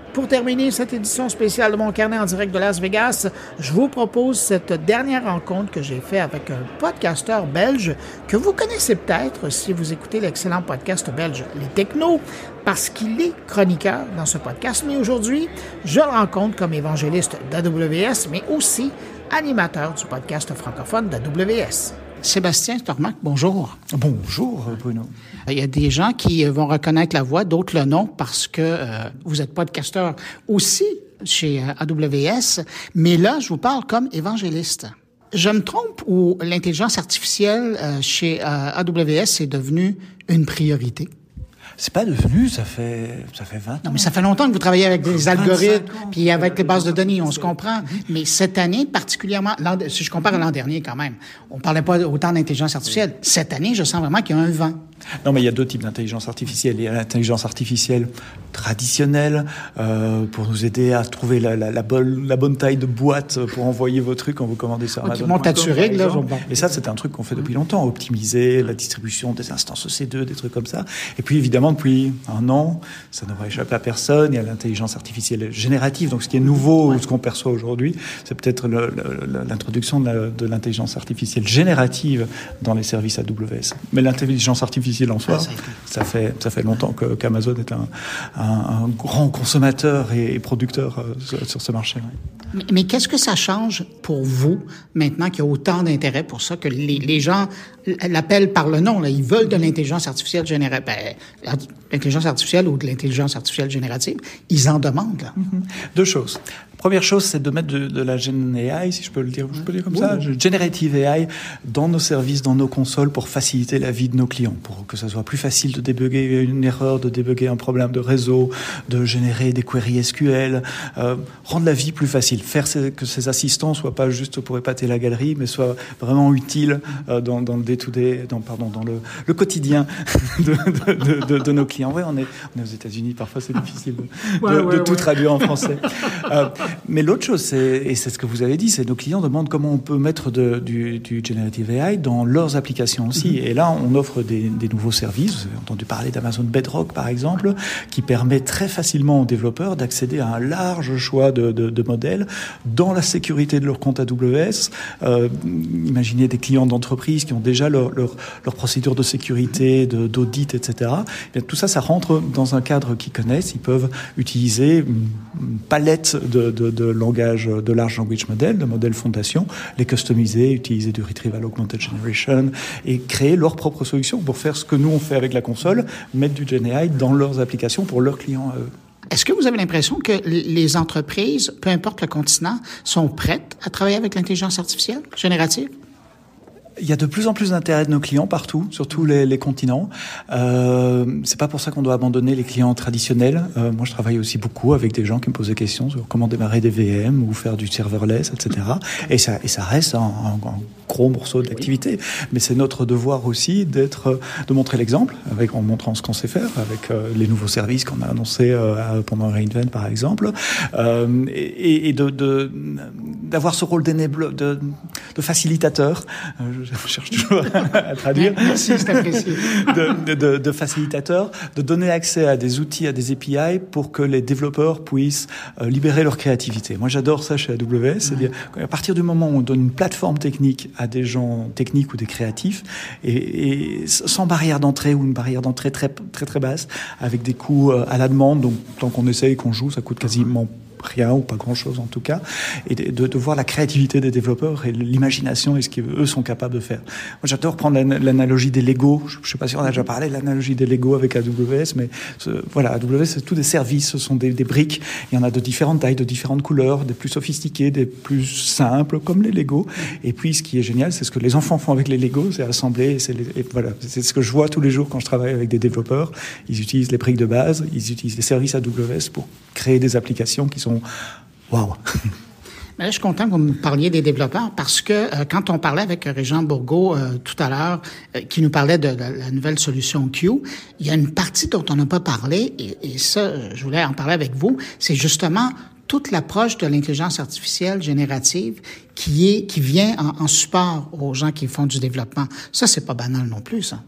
Pour terminer cette édition spéciale de Mon Carnet en direct de Las Vegas, je vous propose cette dernière rencontre que j'ai faite avec un podcasteur belge que vous connaissez peut-être si vous écoutez l'excellent podcast belge Les Technos, parce qu'il est chroniqueur dans ce podcast. Mais aujourd'hui, je le rencontre comme évangéliste d'AWS, mais aussi animateur du podcast francophone d'AWS. Sébastien Stormac, bonjour. Bonjour, Bruno. Il y a des gens qui vont reconnaître la voix, d'autres le non, parce que vous êtes podcasteur aussi chez AWS, mais là, je vous parle comme évangéliste. Je me trompe ou l'intelligence artificielle chez AWS est devenue une priorité? C'est pas devenu, ça fait 20 ans. Non, mais ça fait longtemps que vous travaillez avec des algorithmes, puis avec les bases de données, on se comprend. Mais cette année, particulièrement, si je compare à l'an dernier quand même, on parlait pas autant d'intelligence artificielle. Cette année, je sens vraiment qu'il y a un vent. Non, mais il y a deux types d'intelligence artificielle. Il y a l'intelligence artificielle traditionnelle pour nous aider à trouver la bonne taille de boîte pour envoyer vos trucs quand vous commandez sur Amazon. Monte à Zurich, là. Et ça, c'est un truc qu'on fait depuis longtemps, optimiser la distribution des instances EC2, des trucs comme ça. Et puis, évidemment, depuis un an, ça n'aurait échappé à personne, il y a l'intelligence artificielle générative. Donc, ce qui est nouveau, ce qu'on perçoit aujourd'hui, c'est peut-être l'introduction de l'intelligence artificielle générative dans les services AWS. Mais l'intelligence artificielle en soi, ça fait longtemps qu'Amazon est un grand consommateur et producteur sur ce marché. Mais qu'est-ce que ça change pour vous, maintenant qu'il y a autant d'intérêt pour ça, que les gens l'appellent par le nom, là, ils veulent de l'intelligence artificielle générative, l'intelligence artificielle ou de l'intelligence artificielle générative, ils en demandent, là. Deux choses. Première chose, c'est de mettre de la Gen AI, si je peux le dire comme ça, Generative AI, dans nos services, dans nos consoles, pour faciliter la vie de nos clients, pour que ça soit plus facile de débugger une erreur, de débugger un problème de réseau, de générer des queries SQL, rendre la vie plus facile, faire que ces assistants soient pas juste pour épater la galerie, mais soient vraiment utiles dans le day-to-day, dans le quotidien de nos clients. Ouais, on est aux États-Unis, parfois c'est difficile de tout traduire en français. Mais l'autre chose, c'est ce que vous avez dit, c'est nos clients demandent comment on peut mettre du Generative AI dans leurs applications aussi. Et là, on offre des nouveaux services. Vous avez entendu parler d'Amazon Bedrock, par exemple, qui permet très facilement aux développeurs d'accéder à un large choix de modèles dans la sécurité de leur compte AWS. Imaginez des clients d'entreprise qui ont déjà leur procédure de sécurité, d'audit, etc. Et bien, tout ça, ça rentre dans un cadre qu'ils connaissent. Ils peuvent utiliser une palette de langage, de large language model, de modèles fondation, les customiser, utiliser du Retrieval Augmented Generation et créer leur propre solution pour faire ce que nous on fait avec la console, mettre du Gen AI dans leurs applications pour leurs clients à eux. Est-ce que vous avez l'impression que les entreprises, peu importe le continent, sont prêtes à travailler avec l'intelligence artificielle générative? Il y a de plus en plus d'intérêt de nos clients partout, sur tous les continents. C'est pas pour ça qu'on doit abandonner les clients traditionnels. Moi, je travaille aussi beaucoup avec des gens qui me posent des questions sur comment démarrer des VM ou faire du serverless, etc. Et ça reste un gros morceau de l'activité. Mais c'est notre devoir aussi de montrer l'exemple, en montrant ce qu'on sait faire, avec les nouveaux services qu'on a annoncés pendant re:Invent, par exemple, et d'avoir ce rôle de facilitateur. Je cherche toujours à traduire. Merci, c'est apprécié. de facilitateur, de donner accès à des outils, à des API pour que les développeurs puissent libérer leur créativité. Moi, j'adore ça chez AWS. C'est-à-dire qu'à partir du moment où on donne une plateforme technique à des gens techniques ou des créatifs, et sans barrière d'entrée ou une barrière d'entrée très, très, très basse, avec des coûts à la demande, donc tant qu'on essaye, qu'on joue, ça coûte quasiment rien ou pas grand-chose en tout cas, et de voir la créativité des développeurs et l'imagination et ce qu'eux sont capables de faire. Moi, j'adore prendre l'analogie des Lego. Je ne sais pas si on a déjà parlé de l'analogie des Lego avec AWS, mais voilà, AWS, c'est tous des services, ce sont des briques. Il y en a de différentes tailles, de différentes couleurs, des plus sophistiqués, des plus simples, comme les Lego. Et puis, ce qui est génial, c'est ce que les enfants font avec les Lego, c'est assembler. Et voilà, c'est ce que je vois tous les jours quand je travaille avec des développeurs. Ils utilisent les briques de base, ils utilisent les services AWS pour créer des applications qui sont waouh. Mais là, je suis content que vous me parliez des développeurs parce que quand on parlait avec Régent Bourgault tout à l'heure, qui nous parlait de la nouvelle solution Q, il y a une partie dont on n'a pas parlé, et ça, je voulais en parler avec vous, c'est justement toute l'approche de l'intelligence artificielle générative qui vient en support aux gens qui font du développement. Ça, c'est pas banal non plus, ça.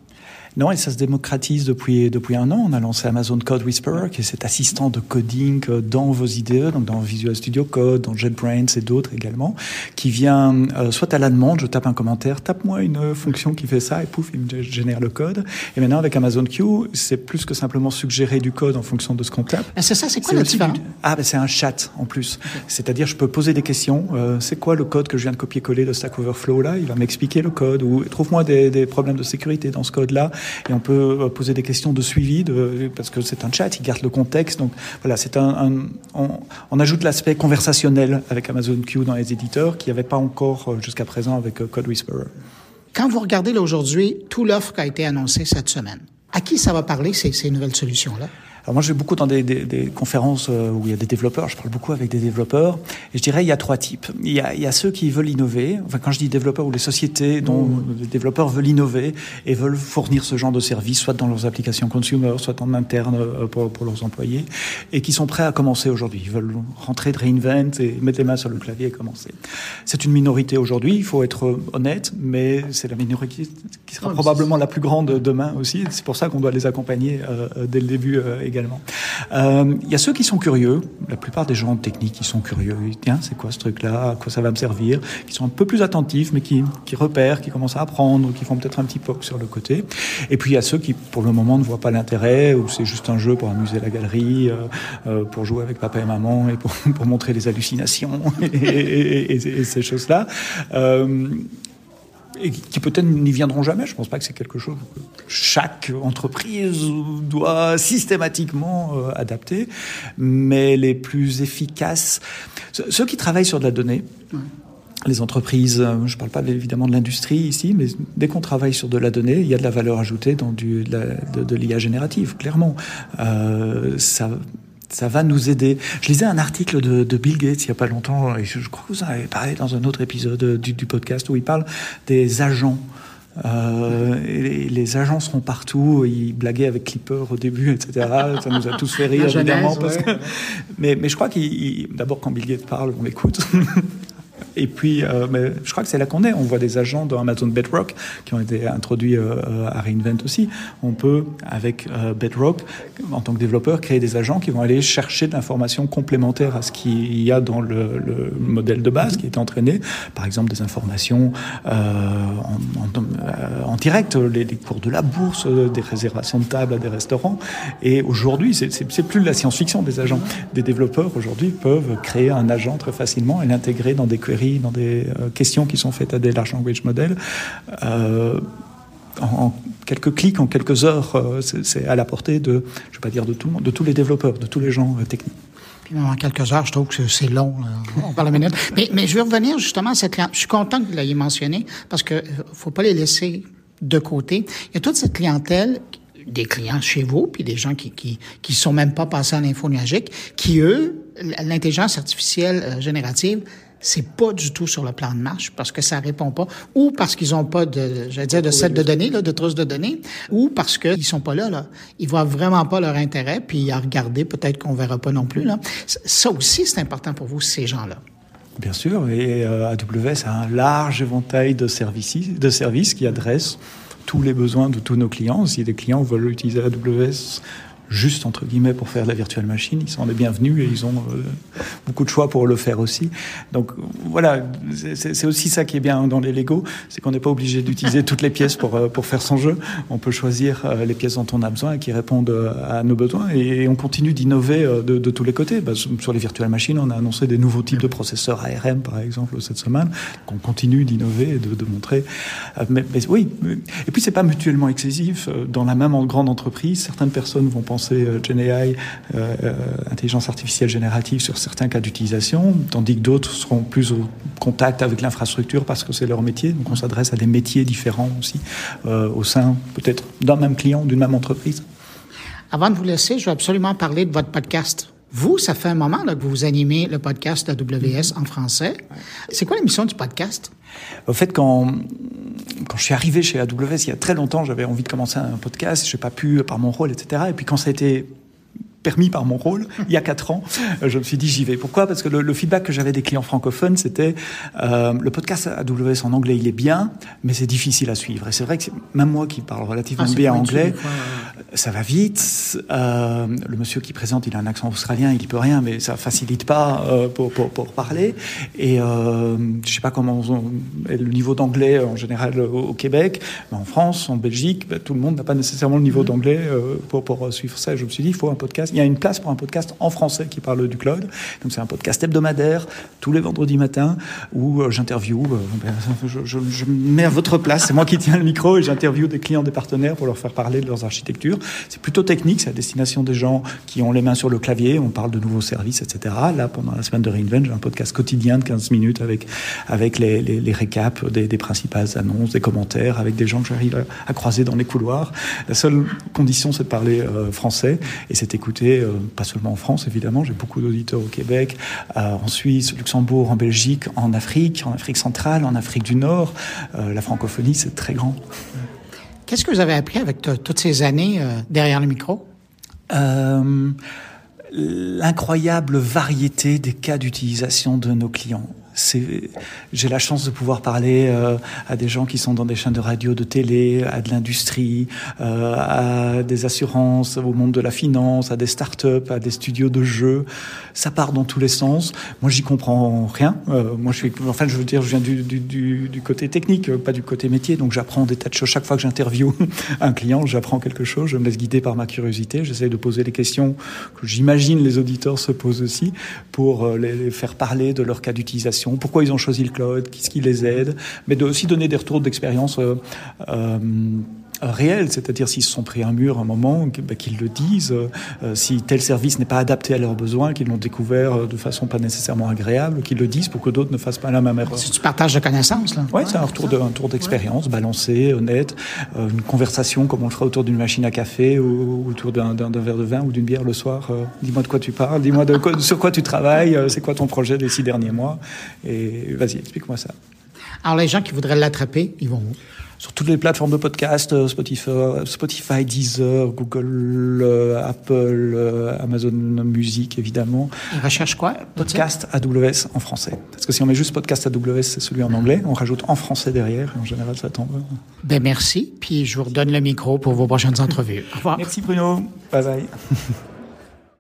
Non, et ça se démocratise depuis un an. On a lancé Amazon Code Whisperer, qui est cet assistant de coding dans vos IDE, donc dans Visual Studio Code, dans JetBrains et d'autres également, qui vient soit à la demande, je tape un commentaire, tape-moi une fonction qui fait ça, et pouf, il me génère le code. Et maintenant, avec Amazon Q, c'est plus que simplement suggérer du code en fonction de ce qu'on tape. C'est ça, c'est quoi la différence? C'est un chat en plus. Okay. C'est-à-dire, je peux poser des questions. C'est quoi le code que je viens de copier-coller de Stack Overflow là? Il va m'expliquer le code, ou trouve-moi des problèmes de sécurité dans ce code-là. Et on peut poser des questions de suivi, parce que c'est un chat, il garde le contexte. Donc voilà, on ajoute l'aspect conversationnel avec Amazon Q dans les éditeurs, qu'il n'y avait pas encore jusqu'à présent avec Code Whisperer. Quand vous regardez là aujourd'hui, toute l'offre qui a été annoncée cette semaine, à qui ça va parler, ces nouvelles solutions-là? Alors moi, je vais beaucoup dans des conférences où il y a des développeurs. Je parle beaucoup avec des développeurs. Et je dirais, il y a 3 types. Il y a ceux qui veulent innover. Enfin, quand je dis développeurs, ou les sociétés dont les développeurs veulent innover et veulent fournir ce genre de service, soit dans leurs applications consumer, soit en interne pour leurs employés, et qui sont prêts à commencer aujourd'hui. Ils veulent rentrer de Reinvent et mettre les mains sur le clavier et commencer. C'est une minorité aujourd'hui. Il faut être honnête, mais c'est la minorité qui sera probablement la plus grande demain aussi. C'est pour ça qu'on doit les accompagner dès le début également. Il y a ceux qui sont curieux. La plupart des gens techniques, ils sont curieux. Tiens, c'est quoi ce truc-là? À quoi ça va me servir? Qui sont un peu plus attentifs, mais qui repèrent, qui commencent à apprendre, qui font peut-être un petit POC sur le côté. Et puis il y a ceux qui, pour le moment, ne voient pas l'intérêt, ou c'est juste un jeu pour amuser la galerie, pour jouer avec papa et maman, et pour montrer les hallucinations et ces choses-là. Et qui peut-être n'y viendront jamais. Je ne pense pas que c'est quelque chose que chaque entreprise doit systématiquement adapter. Mais les plus efficaces, ceux qui travaillent sur de la donnée, les entreprises, je ne parle pas évidemment de l'industrie ici, mais dès qu'on travaille sur de la donnée, il y a de la valeur ajoutée dans de l'IA générative, clairement. Ça va nous aider. Je lisais un article de Bill Gates il n'y a pas longtemps, et je crois que vous en avez parlé dans un autre épisode du podcast, où il parle des agents. Et les agents seront partout. Il blaguait avec Clipper au début, etc. Ça nous a tous fait rire, évidemment. Mais je crois d'abord, quand Bill Gates parle, on l'écoute. Et puis, mais je crois que c'est là qu'on est. On voit des agents dans Amazon Bedrock qui ont été introduits à Reinvent aussi. On peut, avec Bedrock, en tant que développeur, créer des agents qui vont aller chercher de l'information complémentaire à ce qu'il y a dans le modèle de base qui est entraîné. Par exemple, des informations en direct, les cours de la bourse, des réservations de tables à des restaurants. Et aujourd'hui, c'est plus de la science-fiction des agents. Des développeurs, aujourd'hui, peuvent créer un agent très facilement et l'intégrer dans des queries, dans des questions qui sont faites à des large language models. En quelques clics, en quelques heures, c'est à la portée je ne vais pas dire de tout le monde, de tous les développeurs, de tous les gens techniques. Puis même en quelques heures, je trouve que c'est long. On parle à minute. Mais je vais revenir justement à cette clientèle. Je suis content que vous l'ayez mentionné parce que faut pas les laisser de côté. Il y a toute cette clientèle, des clients chez vous, puis des gens qui sont même pas passés à l'info nuagique, qui eux, l'intelligence artificielle générative, c'est pas du tout sur le plan de marche parce que ça répond pas, ou parce qu'ils ont pas de set de données, là, de trousse de données, ou parce qu'ils sont pas là. Ils voient vraiment pas leur intérêt, puis à regarder, peut-être qu'on verra pas non plus, là. Ça aussi, c'est important pour vous, ces gens-là. Bien sûr, et AWS a un large éventail de services qui adressent tous les besoins de tous nos clients. Si des clients veulent utiliser AWS juste entre guillemets pour faire de la virtual machine, ils sont les bienvenus et ils ont beaucoup de choix pour le faire aussi. Donc voilà, c'est aussi ça qui est bien dans les Lego, c'est qu'on n'est pas obligé d'utiliser toutes les pièces pour faire son jeu. On peut choisir les pièces dont on a besoin et qui répondent à nos besoins, et on continue d'innover de tous les côtés. Sur les virtual machines, on a annoncé des nouveaux types de processeurs ARM par exemple cette semaine. Donc on continue d'innover et de montrer. Mais oui, et puis c'est pas mutuellement exclusif. Dans la même grande entreprise, certaines personnes vont penser GenAI, intelligence artificielle générative sur certains cas d'utilisation, tandis que d'autres seront plus au contact avec l'infrastructure parce que c'est leur métier. Donc on s'adresse à des métiers différents aussi au sein peut-être d'un même client, d'une même entreprise. Avant de vous laisser, je veux absolument parler de votre podcast. Vous, ça fait un moment là, que vous animez le podcast AWS en français. C'est quoi la mission du podcast? Au fait, quand je suis arrivé chez AWS, il y a très longtemps, j'avais envie de commencer un podcast. Je n'ai pas pu, par mon rôle, etc. Et puis quand ça a été permis par mon rôle, il y a 4 ans, je me suis dit j'y vais. Pourquoi ? Parce que le feedback que j'avais des clients francophones, c'était le podcast AWS en anglais, il est bien, mais c'est difficile à suivre. Et c'est vrai que même moi qui parle relativement bien anglais, ça va vite. Le monsieur qui présente, il a un accent australien, il y peut rien, mais ça facilite pas pour parler. Et je sais pas comment est le niveau d'anglais en général au Québec, mais en France, en Belgique, tout le monde n'a pas nécessairement le niveau d'anglais pour suivre ça. Et je me suis dit, il faut un podcast. Il y a une place pour un podcast en français qui parle du cloud. Donc c'est un podcast hebdomadaire tous les vendredis matins où j'interviewe. Je me mets à votre place. C'est moi qui tiens le micro et j'interviewe des clients, des partenaires pour leur faire parler de leurs architectures. C'est plutôt technique. C'est à destination des gens qui ont les mains sur le clavier. On parle de nouveaux services, etc. Là, pendant la semaine de reInvent, j'ai un podcast quotidien de 15 minutes avec les récaps des principales annonces, des commentaires, avec des gens que j'arrive à croiser dans les couloirs. La seule condition, c'est de parler français et c'est écouté pas seulement en France, évidemment. J'ai beaucoup d'auditeurs au Québec, en Suisse, Luxembourg, en Belgique, en Afrique centrale, en Afrique du Nord. La francophonie, c'est très grand. Qu'est-ce que vous avez appris avec toutes ces années derrière le micro? L'incroyable variété des cas d'utilisation de nos clients. J'ai la chance de pouvoir parler à des gens qui sont dans des chaînes de radio, de télé, à de l'industrie, à des assurances, au monde de la finance, à des startups, à des studios de jeux. Ça part dans tous les sens. Moi, j'y comprends rien. Je viens du côté technique, pas du côté métier. Donc, j'apprends des tas de choses. Chaque fois que j'interviewe un client, j'apprends quelque chose. Je me laisse guider par ma curiosité. J'essaie de poser les questions que j'imagine les auditeurs se posent aussi pour les faire parler de leur cas d'utilisation. Pourquoi ils ont choisi le cloud, qu'est-ce qui les aide, mais de aussi donner des retours d'expérience réels, c'est-à-dire s'ils se sont pris un mur à un moment, qu'ils le disent, si tel service n'est pas adapté à leurs besoins, qu'ils l'ont découvert de façon pas nécessairement agréable, qu'ils le disent pour que d'autres ne fassent pas la même erreur. C'est du partage de connaissances, là. Oui, c'est un tour d'expérience, balancé, honnête, une conversation comme on le ferait autour d'une machine à café ou autour d'un verre de vin ou d'une bière le soir. Dis-moi de quoi tu parles, dis-moi sur quoi tu travailles, c'est quoi ton projet des 6 derniers mois, et vas-y, explique-moi ça. Alors, les gens qui voudraient l'attraper, ils vont où? Sur toutes les plateformes de podcast, Spotify, Deezer, Google, Apple, Amazon Music, évidemment. Ils recherchent quoi? Podcast AWS en français. Parce que si on met juste podcast AWS, c'est celui en anglais. On rajoute en français derrière. Et en général, ça tombe. Ben merci. Puis je vous redonne le micro pour vos prochaines entrevues. Au revoir. Merci Bruno. Bye bye.